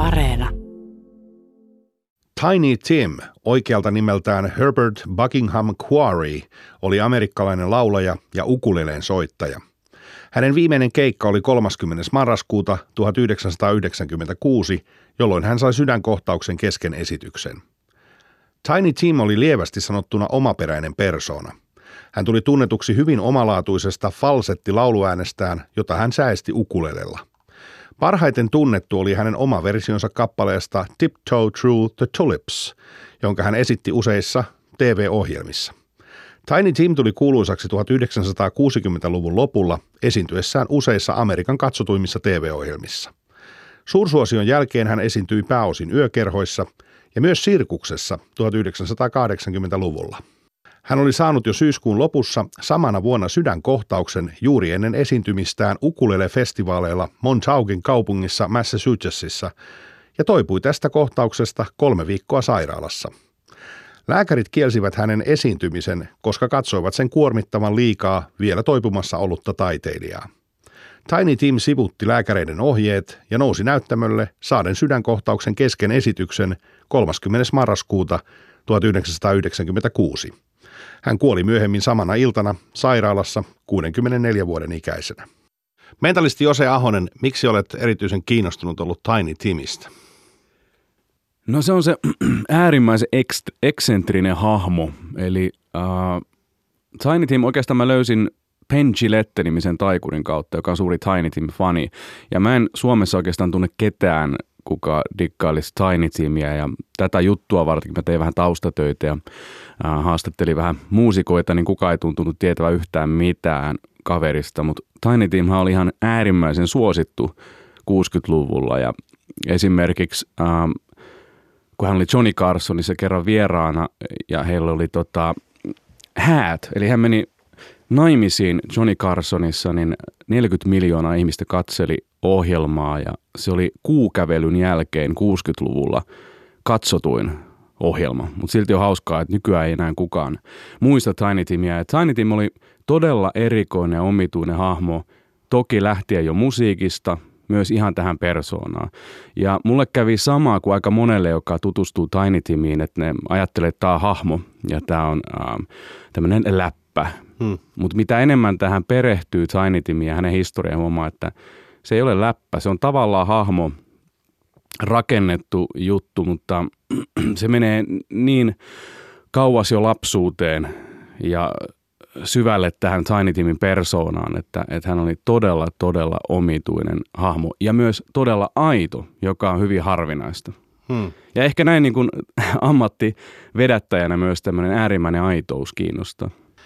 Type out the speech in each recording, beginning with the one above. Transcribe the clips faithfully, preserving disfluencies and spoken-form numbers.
Areena. Tiny Tim, oikealta nimeltään Herbert Buckingham Quarry, oli amerikkalainen laulaja ja ukuleleen soittaja. Hänen viimeinen keikka oli kolmaskymmenes marraskuuta tuhatyhdeksänsataayhdeksänkymmentäkuusi, jolloin hän sai sydänkohtauksen kesken esityksen. Tiny Tim oli lievästi sanottuna omaperäinen persoona. Hän tuli tunnetuksi hyvin omalaatuisesta falsetti-lauluäänestään, jota hän säesti ukulelella. Parhaiten tunnettu oli hänen oma versionsa kappaleesta Tiptoe Through the Tulips, jonka hän esitti useissa T V-ohjelmissa. Tiny Tim tuli kuuluisaksi tuhatyhdeksänsataakuusikymmentäluvun lopulla esiintyessään useissa Amerikan katsotuimmissa T V-ohjelmissa. Suursuosion jälkeen hän esiintyi pääosin yökerhoissa ja myös sirkuksessa tuhatyhdeksänsataakahdeksankymmentäluvulla. Hän oli saanut jo syyskuun lopussa samana vuonna sydänkohtauksen juuri ennen esiintymistään ukulele-festivaaleilla Montaugin kaupungissa Massachusettsissa ja toipui tästä kohtauksesta kolme viikkoa sairaalassa. Lääkärit kielsivät hänen esiintymisen, koska katsoivat sen kuormittavan liikaa vielä toipumassa ollutta taiteilijaa. Tiny Tim sivutti lääkäreiden ohjeet ja nousi näyttämölle saaden sydänkohtauksen kesken esityksen kolmaskymmenes marraskuuta tuhatyhdeksänsataayhdeksänkymmentäkuusi. Hän kuoli myöhemmin samana iltana sairaalassa kuudenkymmenenneljän vuoden ikäisenä. Mentalisti Jose Ahonen, miksi olet erityisen kiinnostunut ollut Tiny Timistä? No se on se äärimmäisen eks- eksentrinen hahmo. Eli äh, Tiny Tim oikeastaan mä löysin Penn Jillette-nimisen taikurin kautta, joka on suuri Tiny Tim-fani. Ja mä en Suomessa oikeastaan tunne ketään, kuka dikkailisi Tiny Timia. Ja tätä juttua varten mä tein vähän taustatöitä ja äh, haastattelin vähän muusikoita, niin kukaan ei tuntunut tietävän yhtään mitään kaverista. Mutta Tiny Timhan oli ihan äärimmäisen suosittu kuusikymmentäluvulla. Ja esimerkiksi äh, kun hän oli Johnny Carsonissa kerran vieraana ja heillä oli tota, häät, eli hän meni naimisiin Johnny Carsonissa, niin neljäkymmentä miljoonaa ihmistä katseli ohjelmaa ja se oli kuukävelyn jälkeen kuusikymmentäluvulla katsotuin ohjelma. Mutta silti on hauskaa, että nykyään ei enää kukaan muista Tiny Timia. Ja Tiny Tim oli todella erikoinen ja omituinen hahmo, toki lähtien jo musiikista, myös ihan tähän persoonaan. Ja mulle kävi samaa kuin aika monelle, joka tutustuu Tiny Timiin, että ne ajattelee, että tämä on hahmo ja tämä on ähm, tämmöinen läppä. Hmm. Mutta mitä enemmän tähän perehtyy Tiny Timiin ja hänen historiaan, huomaa, että se ei ole läppä. Se on tavallaan hahmo, rakennettu juttu, mutta se menee niin kauas jo lapsuuteen ja syvälle tähän Tiny Timin persoonaan, että, että hän oli todella, todella omituinen hahmo ja myös todella aito, joka on hyvin harvinaista. Hmm. Ja ehkä näin niin kuin ammattivedättäjänä myös tämmöinen äärimmäinen aitous kiinnostaa.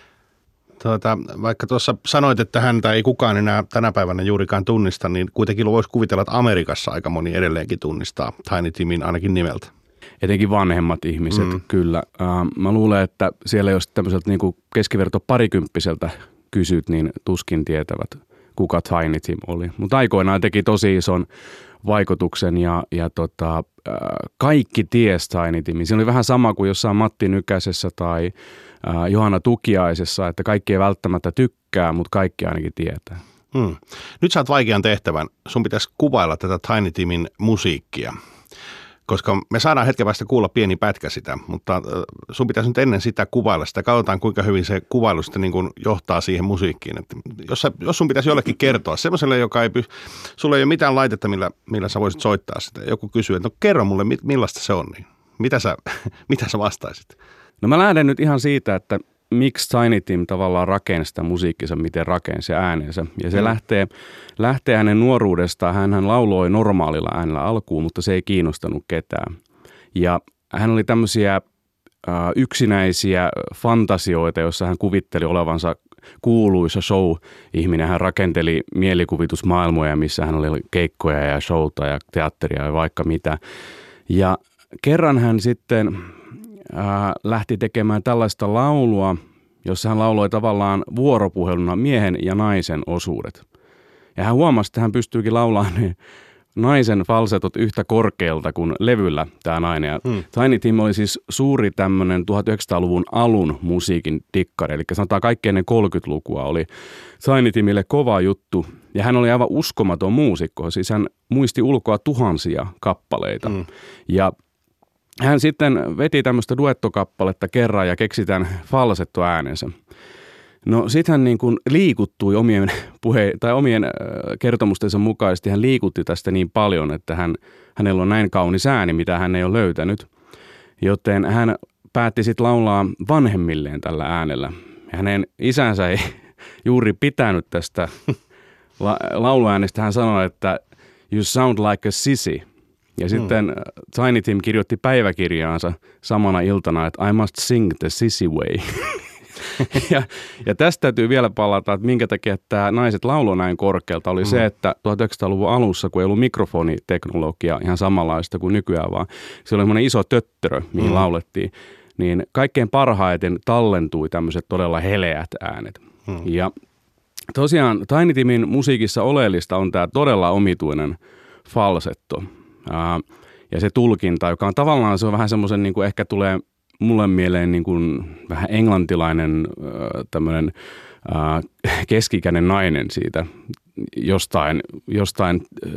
Tuota, vaikka tuossa sanoit, että häntä ei kukaan enää tänä päivänä juurikaan tunnista, niin kuitenkin voisi kuvitella, että Amerikassa aika moni edelleenkin tunnistaa Tiny Timin ainakin nimeltä. Etenkin vanhemmat ihmiset, mm. kyllä. Äh, mä luulen, että siellä jos tämmöiseltä niin kuin keskiverto parikymppiseltä kysyt, niin tuskin tietävät, kuka Tiny Tim oli. Mutta aikoinaan teki tosi ison vaikutuksen ja, ja tota, äh, kaikki ties Tiny Timin. Se oli vähän sama kuin jossain Matti Nykäsessä tai äh, Johanna Tukiaisessa, että kaikki ei välttämättä tykkää, mutta kaikki ainakin tietää. Hmm. Nyt saat vaikean tehtävän. Sun pitäisi kuvailla tätä Tiny Timin musiikkia. Koska me saadaan hetken päästä kuulla pieni pätkä sitä, mutta sun pitäisi nyt ennen sitä kuvailla sitä. Katsotaan, kuinka hyvin se kuvailu sitten niin kuin johtaa siihen musiikkiin. Että jos, sä, jos sun pitäisi jollekin kertoa, semmoiselle, joka ei pysty, sulla ei ole mitään laitetta, millä, millä sä voisit soittaa sitä. Joku kysyy, että no kerro mulle, millaista se on. Niin mitä, sä, mitä sä vastaisit? No mä lähden nyt ihan siitä, että miksi Tiny Tim tavallaan rakensi sitä musiikkinsa, miten rakensi äänensä. Ja se mm. lähtee, lähtee hänen nuoruudestaan. Hänhän lauloi normaalilla äänellä alkuun, mutta se ei kiinnostanut ketään. Ja hän oli tämmöisiä äh, yksinäisiä fantasioita, joissa hän kuvitteli olevansa kuuluisa show-ihminen. Hän rakenteli mielikuvitusmaailmoja, missä hän oli keikkoja ja showta ja teatteria ja vaikka mitä. Ja kerran hän sitten Äh, lähti tekemään tällaista laulua, jossa hän lauloi tavallaan vuoropuheluna miehen ja naisen osuudet. Ja hän huomasi, että hän pystyykin laulamaan ne naisen falsetot yhtä korkealta kuin levyllä tämä nainen. Ja hmm. Tiny Tim oli siis suuri tämmöinen tuhatyhdeksänsataaluvun alun musiikin dikkari, eli sanotaan kaikki ennen kolmekymmentälukua oli Tiny Timille kova juttu. Ja hän oli aivan uskomaton muusikko, siis hän muisti ulkoa tuhansia kappaleita. Hmm. Ja hän sitten veti tämmöistä duettokappaletta kerran ja keksi tämän falsettoäänensä. No sitten hän niin kuin liikuttui omien, puhe- tai omien äh, kertomustensa mukaisesti. Hän liikutti tästä niin paljon, että hän, hänellä on näin kaunis ääni, mitä hän ei ole löytänyt. Joten hän päätti sitten laulaa vanhemmilleen tällä äänellä. Hänen isänsä ei juuri pitänyt tästä la- lauluäänestä. Hän sanoi, että you sound like a sissy. Ja sitten hmm. Tiny Tim kirjoitti päiväkirjaansa samana iltana, että I must sing the sissy way. ja, ja tästä täytyy vielä palata, että minkä takia tämä naiset laulo näin korkealta oli hmm. se, että tuhatyhdeksänsataaluvun alussa, kun ei ollut mikrofoniteknologia ihan samanlaista kuin nykyään, vaan se oli semmoinen iso tötterö, mihin hmm. laulettiin, niin kaikkein parhaiten tallentui tämmöiset todella heleät äänet. Hmm. Ja tosiaan Tiny Timin musiikissa oleellista on tämä todella omituinen falsetto. Uh, ja se tulkinta, joka on tavallaan, se on vähän semmoisen, niin kuin ehkä tulee mulle mieleen niin kuin vähän englantilainen uh, tämmöinen uh, keski-ikäinen nainen siitä jostain, jostain uh,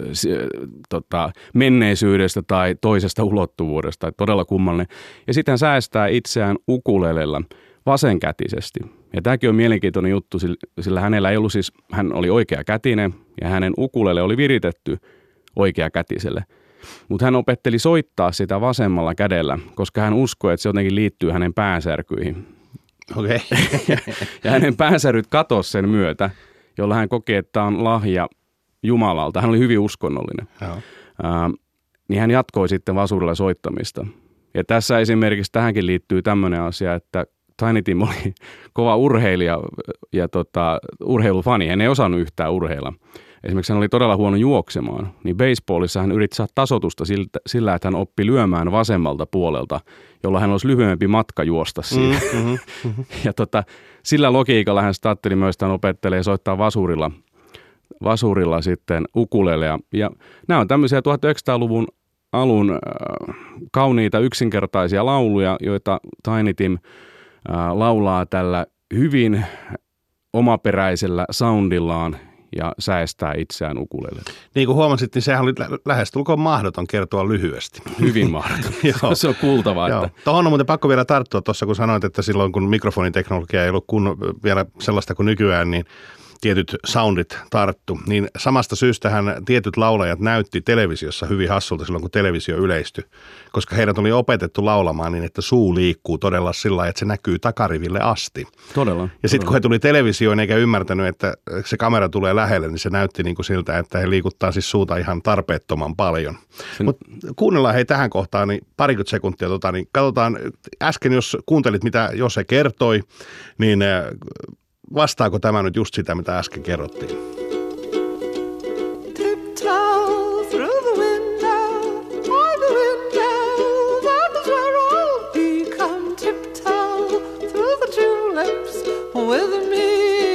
tota, menneisyydestä tai toisesta ulottuvuudesta, todella kummallinen. Ja sitten hän säästää itseään ukulelella vasenkätisesti. Ja tämäkin on mielenkiintoinen juttu, sillä hänellä ei ollut siis, hän oli oikeakätinen ja hänen ukulele oli viritetty oikeakätiselle. Mutta hän opetteli soittaa sitä vasemmalla kädellä, koska hän uskoi, että se jotenkin liittyy hänen päänsärkyihin. Okei. Okay. ja, ja hänen päänsärkyt katosi sen myötä, jolla hän koki, että tämä on lahja Jumalalta. Hän oli hyvin uskonnollinen. Uh, niin hän jatkoi sitten vasurilla soittamista. Ja tässä esimerkiksi tähänkin liittyy tämmöinen asia, että Tiny Tim oli kova urheilija ja tota, urheilufani. Hän ei osannut yhtään urheilla. Esimerkiksi hän oli todella huono juoksemaan, niin baseballissa hän yritti saada tasoitusta sillä, että hän oppi lyömään vasemmalta puolelta, jolla hän olisi lyhyempi matka juosta siinä. Mm-hmm, mm-hmm. Ja tota, sillä logiikalla hän sitten ajatteli myös, että hän opettelee soittaa vasurilla, vasurilla sitten ukulelea. Ja nämä on tämmöisiä tuhatyhdeksänsataaluvun alun äh, kauniita yksinkertaisia lauluja, joita Tiny Tim äh, laulaa tällä hyvin omaperäisellä soundillaan ja säästää itseään ukulele. Niin kuin huomasit, niin sehän oli lähestulkoon mahdoton kertoa lyhyesti. Hyvin mahdoton. Se on kuultavaa. Että... Tuohon on muuten pakko vielä tarttua tuossa, kun sanoit, että silloin kun mikrofoniteknologia ei ollut kun vielä sellaista kuin nykyään, niin tietyt soundit tarttu, niin samasta syystähän tietyt laulajat näytti televisiossa hyvin hassulta silloin, kun televisio yleistyi, koska heidät oli opetettu laulamaan niin, että suu liikkuu todella sillä lailla, että se näkyy takariville asti. Todella. Ja sitten kun he tuli televisioon eikä ymmärtänyt, että se kamera tulee lähelle, niin se näytti niin kuin siltä, että he liikuttaa siis suuta ihan tarpeettoman paljon. Sen... Mutta kuunnellaan hei tähän kohtaan niin parikymmentä sekuntia, tota, niin katsotaan äsken, jos kuuntelit mitä Jose kertoi, niin vastaako tämä nyt just sitä, mitä äsken kerrottiin? Tiptoe through the window, by the window, that is where I'll be. Come tiptoe through the tulips with me.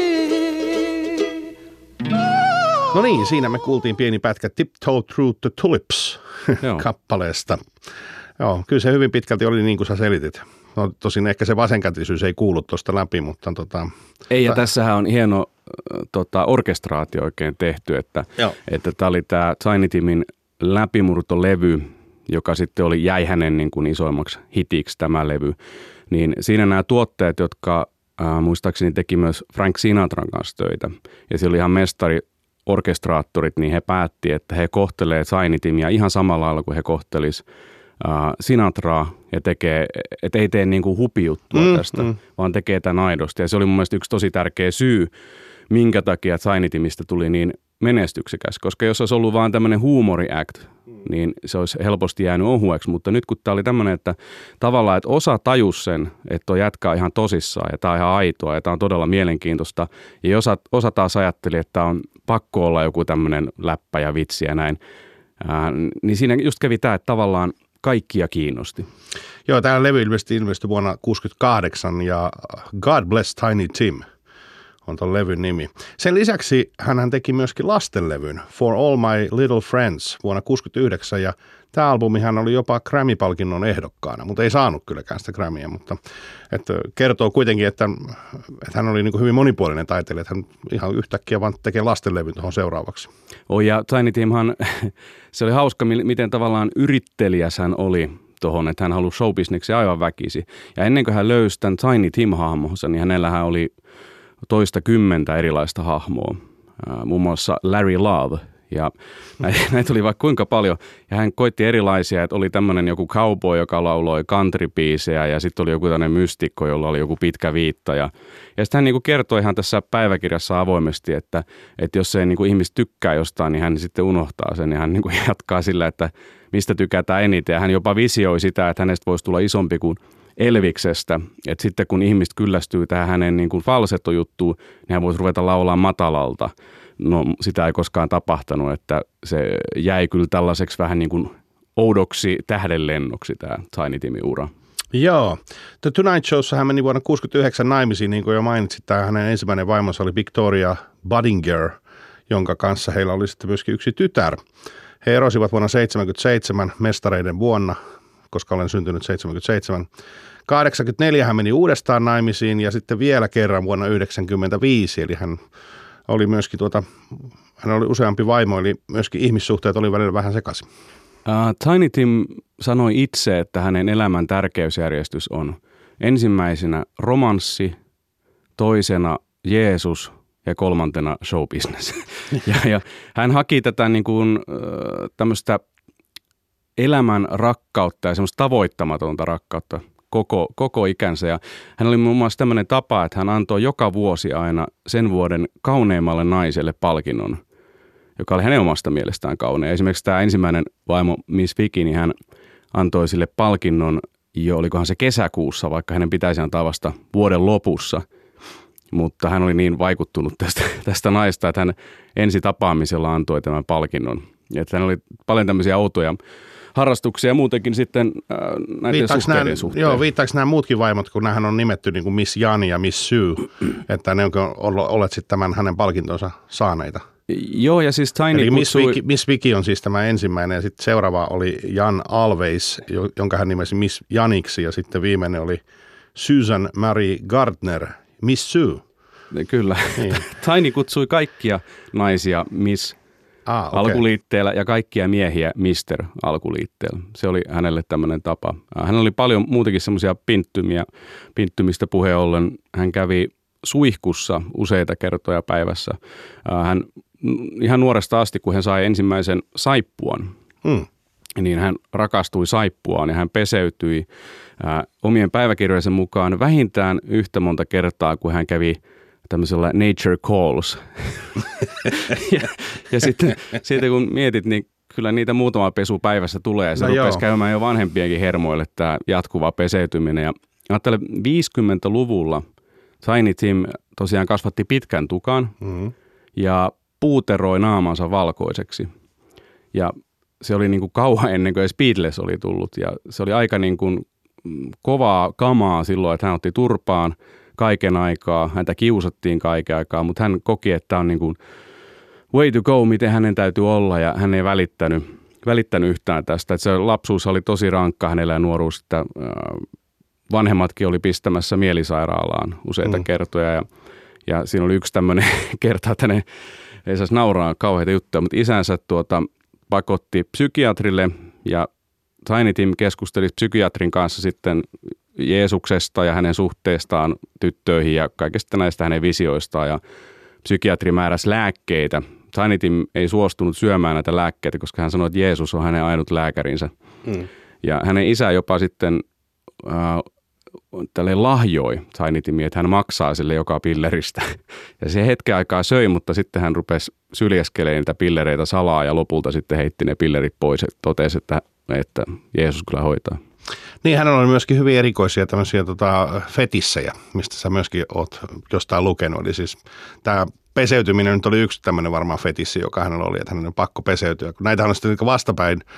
No niin, siinä me kuultiin pieni pätkä Tiptoe Through the Tulips kappaleesta. Joo, kyllä se hyvin pitkälti oli niin kuin sä selitit. No tosin ehkä se vasenkätisyys ei kuulu tuosta läpi, mutta tota... Ei, ja ta- tässähän on hieno tota, orkestraatio oikein tehty, että että tämä oli tämä Tiny Timin läpimurtolevy, joka sitten oli, jäi hänen niin kuin isoimmaksi hitiksi tämä levy. Niin siinä nämä tuotteet, jotka äh, muistaakseni teki myös Frank Sinatran kanssa töitä, ja siellä oli ihan mestari orkestraattorit, niin he päätti, että he kohtelee Tiny Timia ihan samalla lailla kuin he kohtelis Sinatraa ja tekee, et ei tee niinku hupijuttua mm, tästä, mm. vaan tekee tämän aidosti. Ja se oli mun mielestä yksi tosi tärkeä syy, minkä takia Tiny Timistä tuli niin menestyksekäs. Koska jos olisi ollut vaan tämmöinen huumori-act, mm. niin se olisi helposti jäänyt ohueksi. Mutta nyt kun tämä oli tämmöinen, että tavallaan, että osa tajus sen, että tuo jätkä on ihan tosissaan ja tämä on ihan aitoa ja tämä on todella mielenkiintoista. Ja osa, osa taas ajatteli, että tämä on pakko olla joku tämmöinen läppä ja vitsi ja näin. Ää, niin siinä just kävi tämä, että tavallaan kaikkia kiinnosti. Joo, tämä levy ilmestyi, ilmestyi vuonna tuhatyhdeksänsataakuusikymmentäkahdeksan ja God Bless Tiny Tim on ton levyn nimi. Sen lisäksi hän teki myöskin lastenlevyn For All My Little Friends vuonna kuusikymmentäyhdeksän ja tämä albumi hän oli jopa Grammy-palkinnon ehdokkaana, mutta ei saanut kylläkään sitä Grammyä, mutta että kertoo kuitenkin, että, että hän oli niin kuin hyvin monipuolinen taiteilija, että hän ihan yhtäkkiä vaan tekee lastenlevyn tuohon seuraavaksi. Oh, ja Tiny Timhan, se oli hauska, miten tavallaan yrittelijäs hän oli tuohon, että hän halusi showbisneksi aivan väkisi. Ja ennen kuin hän löysi tämän Tiny Tim-hahmonsa, niin hänellähän oli toista kymmentä erilaista hahmoa, muun muassa Larry Love. Ja näitä oli vaikka kuinka paljon. Ja hän koitti erilaisia, että oli tämmöinen joku cowboy, joka lauloi countrybiisejä ja sitten oli joku tämmöinen mystikko, jolla oli joku pitkä viitta. Ja, ja sitten hän niin kuin kertoi ihan tässä päiväkirjassa avoimesti, että, että jos ei niin kuin ihmiset tykkää jostain, niin hän sitten unohtaa sen. Ja hän niin kuin jatkaa sillä, että mistä tykätään eniten. Ja hän jopa visioi sitä, että hänestä voisi tulla isompi kuin Elviksestä. Että sitten kun ihmiset kyllästyy tähän hänen niin kuin falsettojuttuun, niin hän voisi ruveta laulaa matalalta. No sitä ei koskaan tapahtunut, että se jäi kyllä tällaiseksi vähän niin kuin oudoksi tähdenlennoksi tämä Tiny Timin ura. Joo. The Tonight Showssa hän meni vuonna kuusikymmentäyhdeksän naimisiin, niin kuin jo mainitsit, tämä hänen ensimmäinen vaimonsa oli Victoria Budinger, jonka kanssa heillä oli sitten myöskin yksi tytär. He erosivat vuonna seitsemänkymmentäseitsemän mestareiden vuonna, koska olen syntynyt seitsemänkymmentäseitsemän. kahdeksankymmentäneljä hän meni uudestaan naimisiin ja sitten vielä kerran vuonna yhdeksänkymmentäviisi, eli hän oli myöskin tuota, hän oli useampi vaimo, eli myöskin ihmissuhteet oli välillä vähän sekaisin. Uh, Tiny Tim sanoi itse, että hänen elämän tärkeysjärjestys on ensimmäisenä romanssi, toisena Jeesus ja kolmantena showbusiness. ja, ja hän haki tätä niin kuin, tämmöistä elämän rakkautta ja semmoista tavoittamatonta rakkautta koko, koko ikänsä. Ja hän oli muun muassa tämmöinen tapa, että hän antoi joka vuosi aina sen vuoden kauneimmalle naiselle palkinnon, joka oli hänen omasta mielestään kaunein. Esimerkiksi tämä ensimmäinen vaimo Miss Vicky, niin hän antoi sille palkinnon jo, olikohan se kesäkuussa, vaikka hänen pitäisi antaa vasta vuoden lopussa. Mutta hän oli niin vaikuttunut tästä, tästä naista, että hän ensi tapaamisella antoi tämän palkinnon. Ja että hän oli paljon tämmöisiä outoja harrastuksia ja muutenkin sitten äh, näiden viittaaks suhteiden nämä, suhteen. Joo, viittaako nämä muutkin vaimot, kun nämähän on nimetty niin kuin Miss Jan ja Miss Sue, että ne onko olet sitten tämän hänen palkintonsa saaneita? Joo, ja siis Tiny Eli kutsui... Miss Vicky, Miss Vicky on siis tämä ensimmäinen, ja sitten seuraava oli Jan Always, jonka hän nimesi Miss Janiksi, ja sitten viimeinen oli Susan Marie Gardner, Miss Sue. Kyllä. Niin. Tiny kutsui kaikkia naisia Miss ah, okay. alkuliitteellä ja kaikkia miehiä mister alkuliitteellä. Se oli hänelle tämmöinen tapa. Hän oli paljon muutenkin semmoisia pinttymiä, pinttymistä puheen ollen. Hän kävi suihkussa useita kertoja päivässä. Hän ihan nuoresta asti, kun hän sai ensimmäisen saippuan, hmm. niin hän rakastui saippuaan ja hän peseytyi ää, omien päiväkirjojensa mukaan vähintään yhtä monta kertaa, kun hän kävi tämmöisellä Nature Calls. ja, ja sitten, sitten kun mietit, niin kyllä niitä muutama pesu päivässä tulee ja se no rupesi käymään jo vanhempienkin hermoille tämä jatkuva peseytyminen. Ja ajattelen, viisikymmentäluvulla Tiny Tim tosiaan kasvatti pitkän tukan mm-hmm. ja puuteroi naamansa valkoiseksi. Ja se oli niin kuin kauan ennen kuin edes Beatles oli tullut ja se oli aika niin kuin kovaa kamaa silloin, että hän otti turpaan kaiken aikaa, häntä kiusattiin kaiken aikaa, mutta hän koki, että tämä on niin kuin way to go, miten hänen täytyy olla ja hän ei välittänyt, välittänyt yhtään tästä. Että se lapsuus oli tosi rankka hänellä ja nuoruus, että vanhemmatkin oli pistämässä mielisairaalaan useita mm. kertoja ja, ja siinä oli yksi tämmöinen kerta, että ne ei saisi nauraa kauheita juttuja, mutta isänsä tuota, pakotti psykiatrille ja Tiny Tim keskusteli psykiatrin kanssa sitten Jeesuksesta ja hänen suhteestaan tyttöihin ja kaikista näistä hänen visioistaan ja psykiatri määräsi lääkkeitä. Tiny Tim ei suostunut syömään näitä lääkkeitä, koska hän sanoi, että Jeesus on hänen ainut lääkärinsä. Mm. Ja hänen isä jopa sitten äh, tälleen lahjoi Tiny Timia, että hän maksaa sille joka pilleristä. Ja se hetken aikaa söi, mutta sitten hän rupesi syljeskelemään niitä pillereitä salaa ja lopulta sitten heitti ne pillerit pois ja totesi, että, että Jeesus kyllä hoitaa. Niin, hänellä oli myöskin hyvin erikoisia tämmöisiä tota, fetissejä, mistä sä myöskin oot jostain lukenut. Eli siis tämä peseytyminen nyt oli yksi tämmöinen varmaan fetissi, joka hänellä oli, että hänen on pakko peseytyä. Kun näitä on sitten vastapäin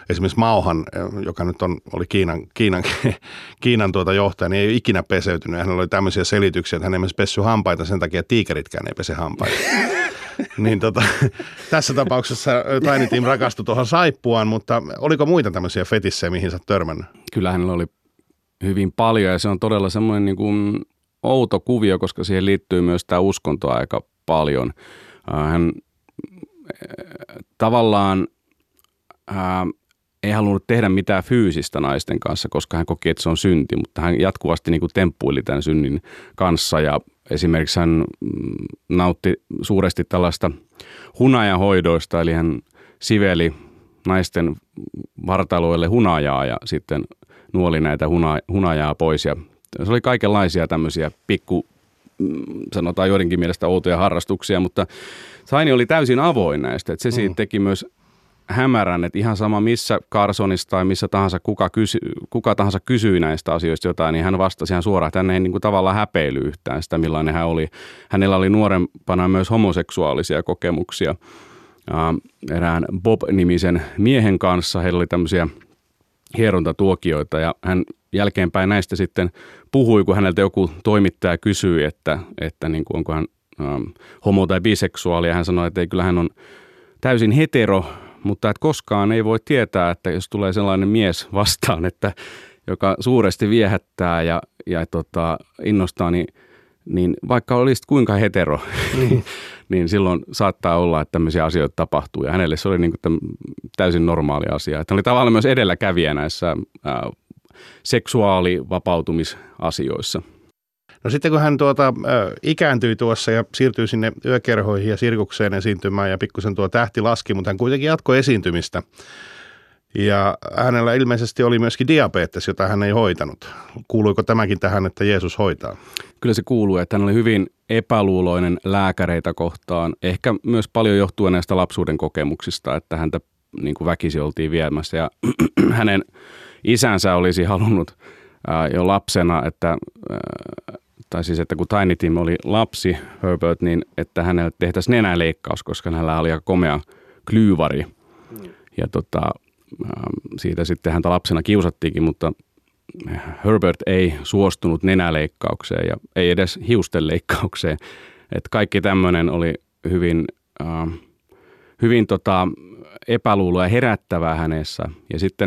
esimerkiksi Maohan, joka nyt on, oli Kiinan, Kiinan, Kiinan tuota johtaja, niin ei ole ikinä peseytynyt. Hänellä oli tämmöisiä selityksiä, että hän ei myös pessy hampaita sen takia, että tiikeritkään ei pese hampaita. niin tota, tässä tapauksessa Tiny Tim rakastui tuohon saippuaan, mutta oliko muita tämmöisiä fetissejä, mihin sä oot törmännyt? Kyllä hänellä oli hyvin paljon ja se on todella semmoinen niin kuin outo kuvio, koska siihen liittyy myös tämä uskonto aika paljon. Hän tavallaan ää, ei halunnut tehdä mitään fyysistä naisten kanssa, koska hän koki, että se on synti, mutta hän jatkuvasti niin kuin temppuili tämän synnin kanssa ja esimerkiksi hän nautti suuresti tällaista hunajahoidoista, eli hän siveli naisten vartaloille hunajaa ja sitten nuoli näitä huna, hunajaa pois ja se oli kaikenlaisia tämmöisiä pikku, sanotaan joidenkin mielestä outoja harrastuksia, mutta Tiny oli täysin avoin näistä, että se siitä teki myös hämärän, että ihan sama missä Carsonissa tai missä tahansa kuka, kysy, kuka tahansa kysyi näistä asioista jotain, niin hän vastasi ihan suoraan, että hän ei niin kuin tavallaan häpeily yhtään sitä, millainen hän oli. Hänellä oli nuorempana myös homoseksuaalisia kokemuksia erään Bob-nimisen miehen kanssa. Heillä oli tämmöisiä hierontatuokioita ja hän jälkeenpäin näistä sitten puhui, kun häneltä joku toimittaja kysyi, että, että niin kuin onko hän ähm, homo- tai biseksuaali ja hän sanoi, että ei, kyllä hän on täysin hetero, mutta että koskaan ei voi tietää, että jos tulee sellainen mies vastaan, että joka suuresti viehättää ja, ja tota, innostaa, niin, niin vaikka olisit kuinka hetero, niin, niin silloin saattaa olla, että tämmöisiä asioita tapahtuu. Ja hänelle se oli niin kuin täysin normaali asia. Että hän oli tavallaan myös edelläkävijä näissä ää, seksuaalivapautumisasioissa. No sitten kun hän tuota, äh, ikääntyi tuossa ja siirtyi sinne yökerhoihin ja sirkukseen esiintymään ja pikkusen tuo tähti laski, mutta hän kuitenkin jatkoi esiintymistä. Ja hänellä ilmeisesti oli myöskin diabetes, jota hän ei hoitanut. Kuuluiko tämäkin tähän, että Jeesus hoitaa? Kyllä se kuuluu, että hän oli hyvin epäluuloinen lääkäreitä kohtaan. Ehkä myös paljon johtuen näistä lapsuuden kokemuksista, että häntä niin kuin väkisi oltiin viemässä. Ja hänen isänsä olisi halunnut ää, jo lapsena, että... Ää, tai siis, että kun Tiny Tim oli lapsi, Herbert, niin että hänelle tehtäisiin nenäleikkaus, koska hänellä oli aika komea klyyvari. Mm. Ja tota, siitä sitten häntä lapsena kiusattiinkin, mutta Herbert ei suostunut nenäleikkaukseen ja ei edes hiustenleikkaukseen. Että kaikki tämmöinen oli hyvin, äh, hyvin tota, epäluuloa herättävää hänessä. Ja sitten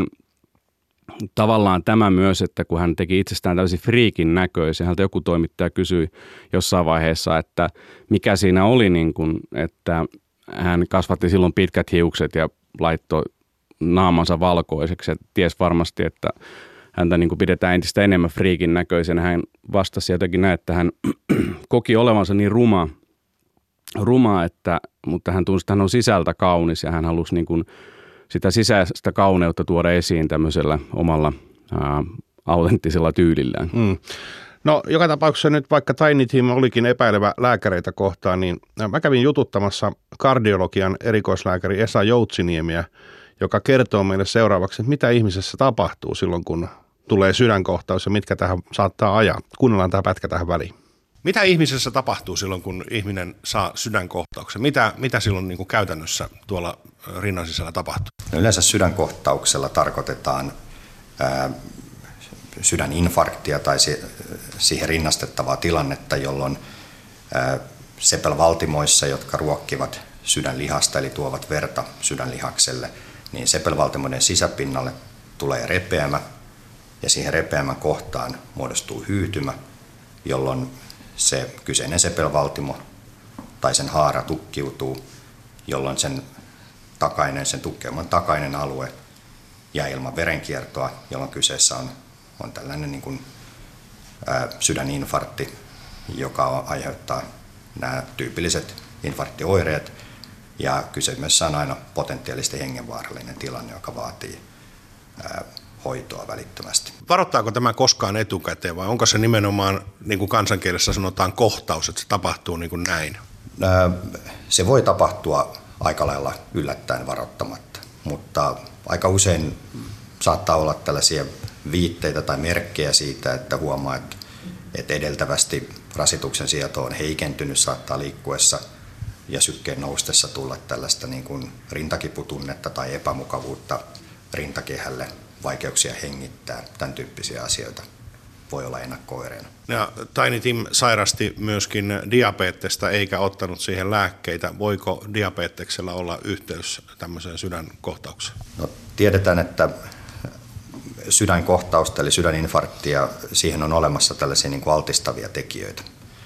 tavallaan tämä myös, että kun hän teki itsestään täysin friikin näköisen, häneltä joku toimittaja kysyi jossain vaiheessa, että mikä siinä oli, niin kuin, että hän kasvatti silloin pitkät hiukset ja laittoi naamansa valkoiseksi ja ties varmasti, että häntä niin kuin pidetään entistä enemmän friikin näköisenä. Hän vastasi jotenkin näin, että hän koki olevansa niin ruma, ruma että, mutta hän tunsi, että hän on sisältä kaunis ja hän halusi niin kuin sitä sisäistä kauneutta tuoda esiin tämmöisellä omalla ää, autenttisella tyylillään. Mm. No joka tapauksessa nyt vaikka Tiny Tim olikin epäilevä lääkäreitä kohtaan, niin mä kävin jututtamassa kardiologian erikoislääkäri Esa Joutsiniemiä, joka kertoo meille seuraavaksi, että mitä ihmisessä tapahtuu silloin, kun tulee sydänkohtaus ja mitkä tähän saattaa ajaa. Kuunnellaan tämä pätkä tähän väliin. Mitä ihmisessä tapahtuu silloin, kun ihminen saa sydänkohtauksen? Mitä, mitä silloin niin kuin käytännössä tuolla rinnan sisällä tapahtuu? No yleensä sydänkohtauksella tarkoitetaan ää, sydäninfarktia tai si- siihen rinnastettavaa tilannetta, jolloin ää, sepelvaltimoissa, jotka ruokkivat sydänlihasta eli tuovat verta sydänlihakselle, niin sepelvaltimoiden sisäpinnalle tulee repeämä ja siihen repeämän kohtaan muodostuu hyytymä, jolloin se kyseinen sepelvaltimo tai sen haara tukkiutuu, jolloin sen takainen, sen tukkeuman takainen alue jää ilman verenkiertoa, jolloin kyseessä on, on tällainen niin kuin, ää, sydäninfarkti, joka aiheuttaa nämä tyypilliset infarktioireet. Ja kysymyksessä on aina potentiaalisesti hengenvaarallinen tilanne, joka vaatii ää, hoitoa välittömästi. Varoittaako tämä koskaan etukäteen vai onko se nimenomaan, niin kuin kansankielessä sanotaan, kohtaus, että se tapahtuu niin kuin näin? Ää, se voi tapahtua aika lailla yllättäen varoittamatta, mutta aika usein saattaa olla tällaisia viitteitä tai merkkejä siitä, että huomaa, että, että edeltävästi rasituksen sieto on heikentynyt, saattaa liikkuessa ja sykkeen noustessa tulla tällaista niin kuin rintakiputunnetta tai epämukavuutta rintakehälle, vaikeuksia hengittää, tämän tyyppisiä asioita voi olla ennakko-oireena. Ja Tiny Tim sairasti myöskin diabetesta eikä ottanut siihen lääkkeitä. Voiko diabeteksella olla yhteys tämmöiseen sydänkohtaukseen? No, tiedetään, että sydänkohtausta eli sydäninfarktia, siihen on olemassa tällaisia niin kuin altistavia tekijöitä.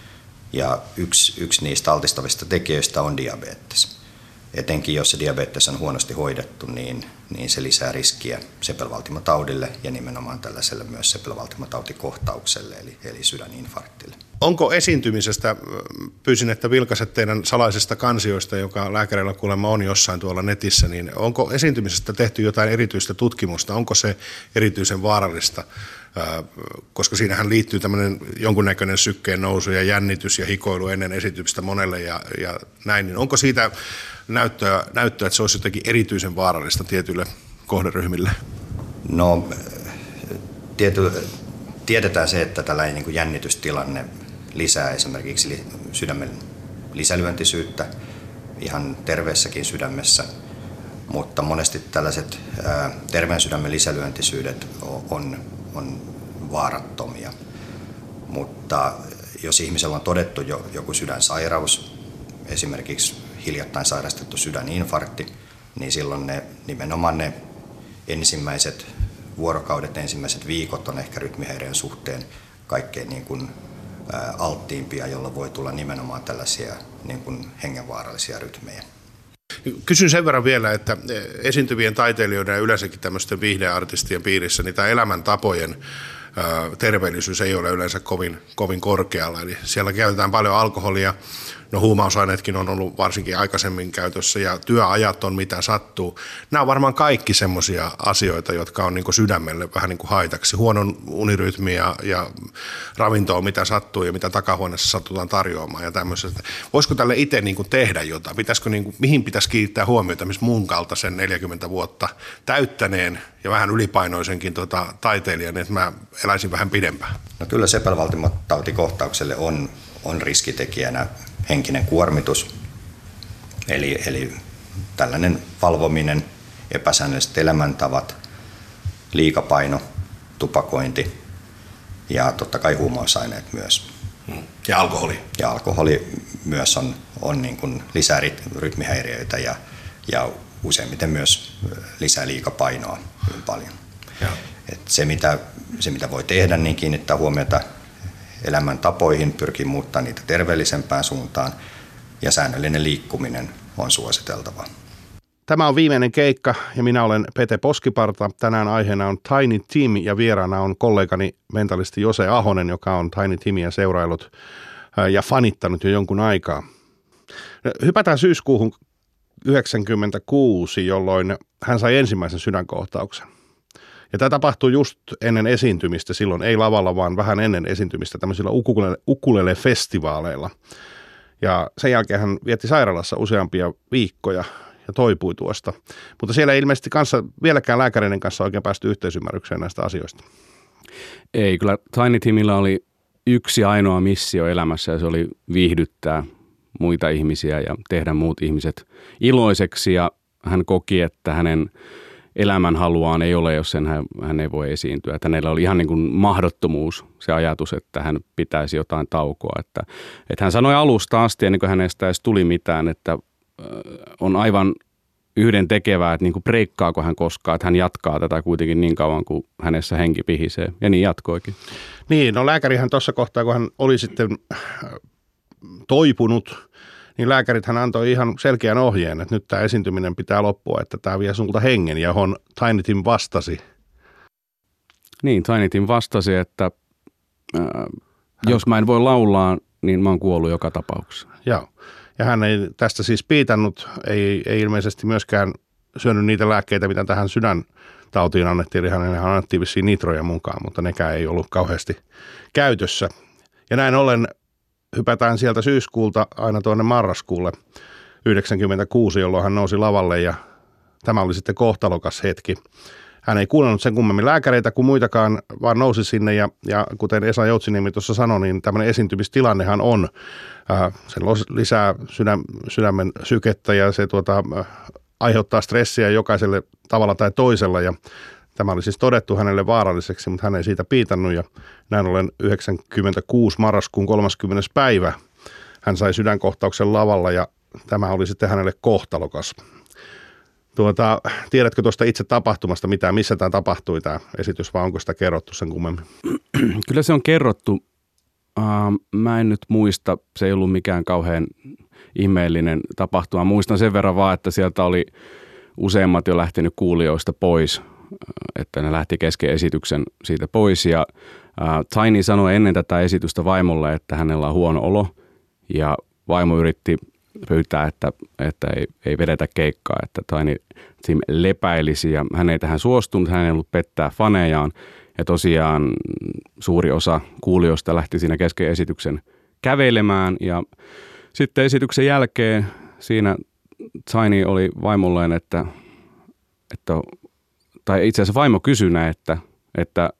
Ja yksi, yksi niistä altistavista tekijöistä on diabetes. Etenkin jos se diabetes on huonosti hoidettu, niin, niin se lisää riskiä sepelvaltimotaudille ja nimenomaan tällaiselle myös sepelvaltimotautikohtaukselle eli, eli sydäninfarktille. Onko esiintymisestä, pyysin, että vilkaiset teidän salaisista kansioista, joka lääkäreillä kuulemma on jossain tuolla netissä, niin onko esiintymisestä tehty jotain erityistä tutkimusta? Onko se erityisen vaarallista? Koska siinähän liittyy tämmöinen jonkunnäköinen sykkeen nousu ja jännitys ja hikoilu ennen esitystä monelle ja, ja näin, niin onko siitä näyttöä, näyttöä, että se olisi jotenkin erityisen vaarallista tietyille kohderyhmille? No, tiety, tiedetään se, että tällainen niin kuin jännitystilanne lisää esimerkiksi sydämen lisälyöntisyyttä ihan terveessäkin sydämessä, mutta monesti tällaiset ää, terveen sydämen lisälyöntisyydet on, on vaarattomia. Mutta jos ihmisellä on todettu jo joku sydänsairaus, esimerkiksi hiljattain sairastettu sydäninfarkti, niin silloin ne, nimenomaan ne ensimmäiset vuorokaudet, ensimmäiset viikot on ehkä rytmihäiriön suhteen kaikkein niin kuin, ää, alttiimpia, jolloin voi tulla nimenomaan tällaisia niin kuin hengenvaarallisia rytmejä. Kysyn sen verran vielä, että esiintyvien taiteilijoiden ja yleensäkin tämmöisten viihdeartistien piirissä niin tämä elämäntapojen terveellisyys ei ole yleensä kovin, kovin korkealla. Eli siellä käytetään paljon alkoholia, no huumausaineetkin on ollut varsinkin aikaisemmin käytössä ja työajat on mitä sattuu. Nämä on varmaan kaikki semmoisia asioita, jotka on niin kuin sydämelle vähän niin kuin haitaksi. Huonon unirytmi ja, ja ravinto on mitä sattuu ja mitä takahuoneessa satutaan tarjoamaan ja tämmöisestä. Voisiko tälle itse niin kuin tehdä jotain? Pitäisikö, niin kuin, mihin pitäisi kiinnittää huomiota, missä mun kaltaisen neljäkymmentä vuotta täyttäneen ja vähän ylipainoisenkin tota, taiteilijan, että mä eläisin vähän pidempään? No kyllä sepelvaltimotautikohtaukselle on, on riskitekijänä henkinen kuormitus, eli, eli tällainen valvominen, epäsäännölliset elämäntavat, liikapaino, tupakointi ja totta kai huumausaineet myös. Ja alkoholi. Ja alkoholi myös on, on niin kuin lisää rytmihäiriöitä ja, ja useimmiten myös lisää liikapainoa hyvin paljon. Et se, mitä, se mitä voi tehdä, niin kiinnittää huomiota elämäntapoihin, pyrkii muuttamaan niitä terveellisempään suuntaan ja säännöllinen liikkuminen on suositeltavaa. Tämä on viimeinen keikka ja minä olen Pete Poskiparta. Tänään aiheena on Tiny Tim ja vieraana on kollegani mentalisti Jose Ahonen, joka on Tiny Timia seuraillut ja fanittanut jo jonkun aikaa. Hypätään syyskuuhun yhdeksänkymmentäkuusi, jolloin hän sai ensimmäisen sydänkohtauksen. Ja tämä tapahtui just ennen esiintymistä, silloin ei lavalla, vaan vähän ennen esiintymistä tämmöisillä ukulele-festivaaleilla. Ja sen jälkeen hän vietti sairaalassa useampia viikkoja ja toipui tuosta. Mutta siellä ei ilmeisesti kanssa, vieläkään lääkäreiden kanssa oikein päästy yhteisymmärrykseen näistä asioista. Ei, kyllä Tiny Timillä oli yksi ainoa missio elämässä ja se oli viihdyttää muita ihmisiä ja tehdä muut ihmiset iloiseksi. Ja hän koki, että hänen elämän haluaan ei ole, jos sen hän, hän ei voi esiintyä. Että hänellä oli ihan niin kuin mahdottomuus se ajatus, että hän pitäisi jotain taukoa. Että, että hän sanoi alusta asti, ennen kuin hänestä edes tuli mitään, että on aivan yhden tekevää, että niin kuin breikkaako hän koskaan, että hän jatkaa tätä kuitenkin niin kauan kuin hänessä henki pihisee. Ja niin jatkoikin. Niin, no lääkärihän tuossa kohtaa, kun hän oli sitten toipunut, niin lääkärit hän antoi ihan selkeän ohjeen, että nyt tämä esiintyminen pitää loppua, että tämä vie sulta hengen, johon Tiny Tim vastasi. Niin, Tiny Tim vastasi, että äh, jos mä en voi laulaa, niin mä oon kuollut joka tapauksessa. Joo, ja hän ei tästä siis piitannut, ei, ei ilmeisesti myöskään syönyt niitä lääkkeitä, mitä tähän sydäntautiin annettiin, eli hän annettiin vissiin nitroja mukaan, mutta nekään ei ollut kauheasti käytössä. Ja näin ollen hypätään sieltä syyskuulta aina tuonne marraskuulle yhdeksänkymmentäkuusi, jolloin hän nousi lavalle ja tämä oli sitten kohtalokas hetki. Hän ei kuunnellut sen kummemmin lääkäreitä kuin muitakaan, vaan nousi sinne ja, ja kuten Esa Joutsiniemi tuossa sanoi, niin tämmöinen esiintymistilannehan on. Äh, se lisää sydäm, sydämen sykettä ja se tuota, äh, aiheuttaa stressiä jokaiselle tavalla tai toisella ja tämä oli siis todettu hänelle vaaralliseksi, mutta hän ei siitä piitannut ja näin ollen yhdeksänkymmentäkuusi marraskuun kolmaskymmenes päivä hän sai sydänkohtauksen lavalla ja tämä oli sitten hänelle kohtalokas. Tuota, tiedätkö tuosta itse tapahtumasta mitään, missä tämä tapahtui tämä esitys vai onko sitä kerrottu sen kummemmin? Kyllä se on kerrottu. Uh, mä en nyt muista, se ei ollut mikään kauhean ihmeellinen tapahtuma. Muistan sen verran vaan, että sieltä oli useimmat jo lähtenyt kuulijoista pois, että ne lähti kesken esityksen siitä pois ja uh, Tiny sanoi ennen tätä esitystä vaimolle, että hänellä on huono olo ja vaimo yritti pyytää, että, että ei, ei vedetä keikkaa, että Tiny Tim lepäilisi ja hän ei tähän suostunut, hän ei ollut pettää fanejaan ja tosiaan suuri osa kuulijoista lähti siinä kesken esityksen kävelemään ja sitten esityksen jälkeen siinä Tiny oli vaimolleen, että, että tai itse asiassa vaimo kysyi näin, että, että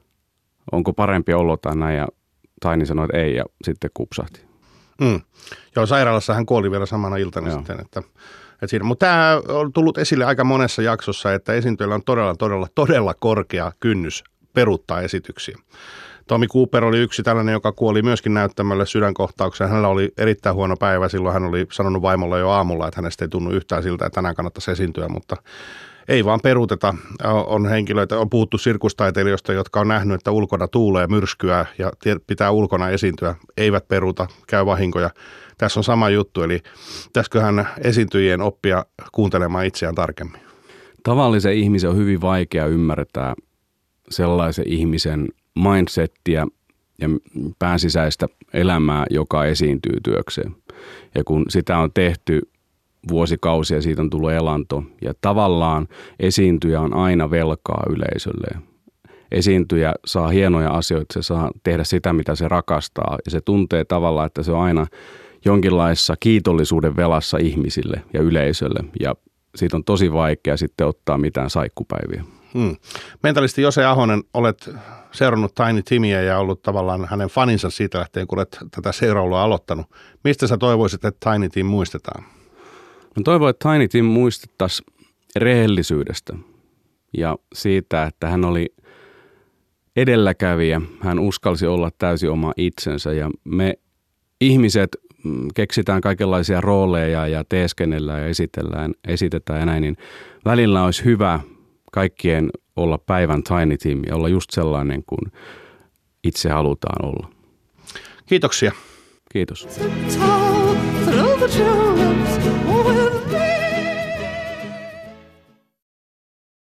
onko parempi olo tai näin ja Tiny sanoi, että ei ja sitten kupsahti. Mm. Joo, sairaalassa hän kuoli vielä samana iltana Joo. sitten. Että, että siinä. Mutta tämä on tullut esille aika monessa jaksossa, että esiintyjillä on todella, todella, todella korkea kynnys peruuttaa esityksiä. Tommy Cooper oli yksi tällainen, joka kuoli myöskin näyttämällä sydänkohtaukseen. Hänellä oli erittäin huono päivä. Silloin hän oli sanonut vaimolle jo aamulla, että hänestä ei tunnu yhtään siltä, että tänään kannattaisi esiintyä, mutta ei vaan peruuteta. On henkilöitä, on puhuttu sirkustaiteilijoista, jotka on nähnyt, että ulkona tuulee myrskyä ja pitää ulkona esiintyä. Eivät peruuta, käy vahinkoja. Tässä on sama juttu, eli pitäisiköhän esiintyjien oppia kuuntelemaan itseään tarkemmin. Tavallisen ihmisen on hyvin vaikea ymmärtää sellaisen ihmisen mindsettiä ja pääsisäistä elämää, joka esiintyy työkseen. Ja kun sitä on tehty vuosikausia, siitä on tullut elanto ja tavallaan esiintyjä on aina velkaa yleisölleen. Esiintyjä saa hienoja asioita, se saa tehdä sitä, mitä se rakastaa ja se tuntee tavallaan, että se on aina jonkinlaisessa kiitollisuuden velassa ihmisille ja yleisölle ja siitä on tosi vaikea sitten ottaa mitään saikkupäiviä. Hmm. Mentalisti Jose Ahonen, olet seurannut Tiny Timiä ja ollut tavallaan hänen faninsa siitä lähtien, kun olet tätä seurailua aloittanut. Mistä sä toivoisit, että Tiny Tim muistetaan? Mä toivon, että Tiny Tim muistettaisiin rehellisyydestä ja siitä, että hän oli edelläkävijä. Hän uskalsi olla täysin oma itsensä ja me ihmiset keksitään kaikenlaisia rooleja ja teeskennellään ja esitellään, esitetään ja näin, niin välillä olisi hyvä kaikkien olla päivän Tiny Tim ja olla just sellainen kuin itse halutaan olla. Kiitoksia. Kiitos. Through the tulips with me.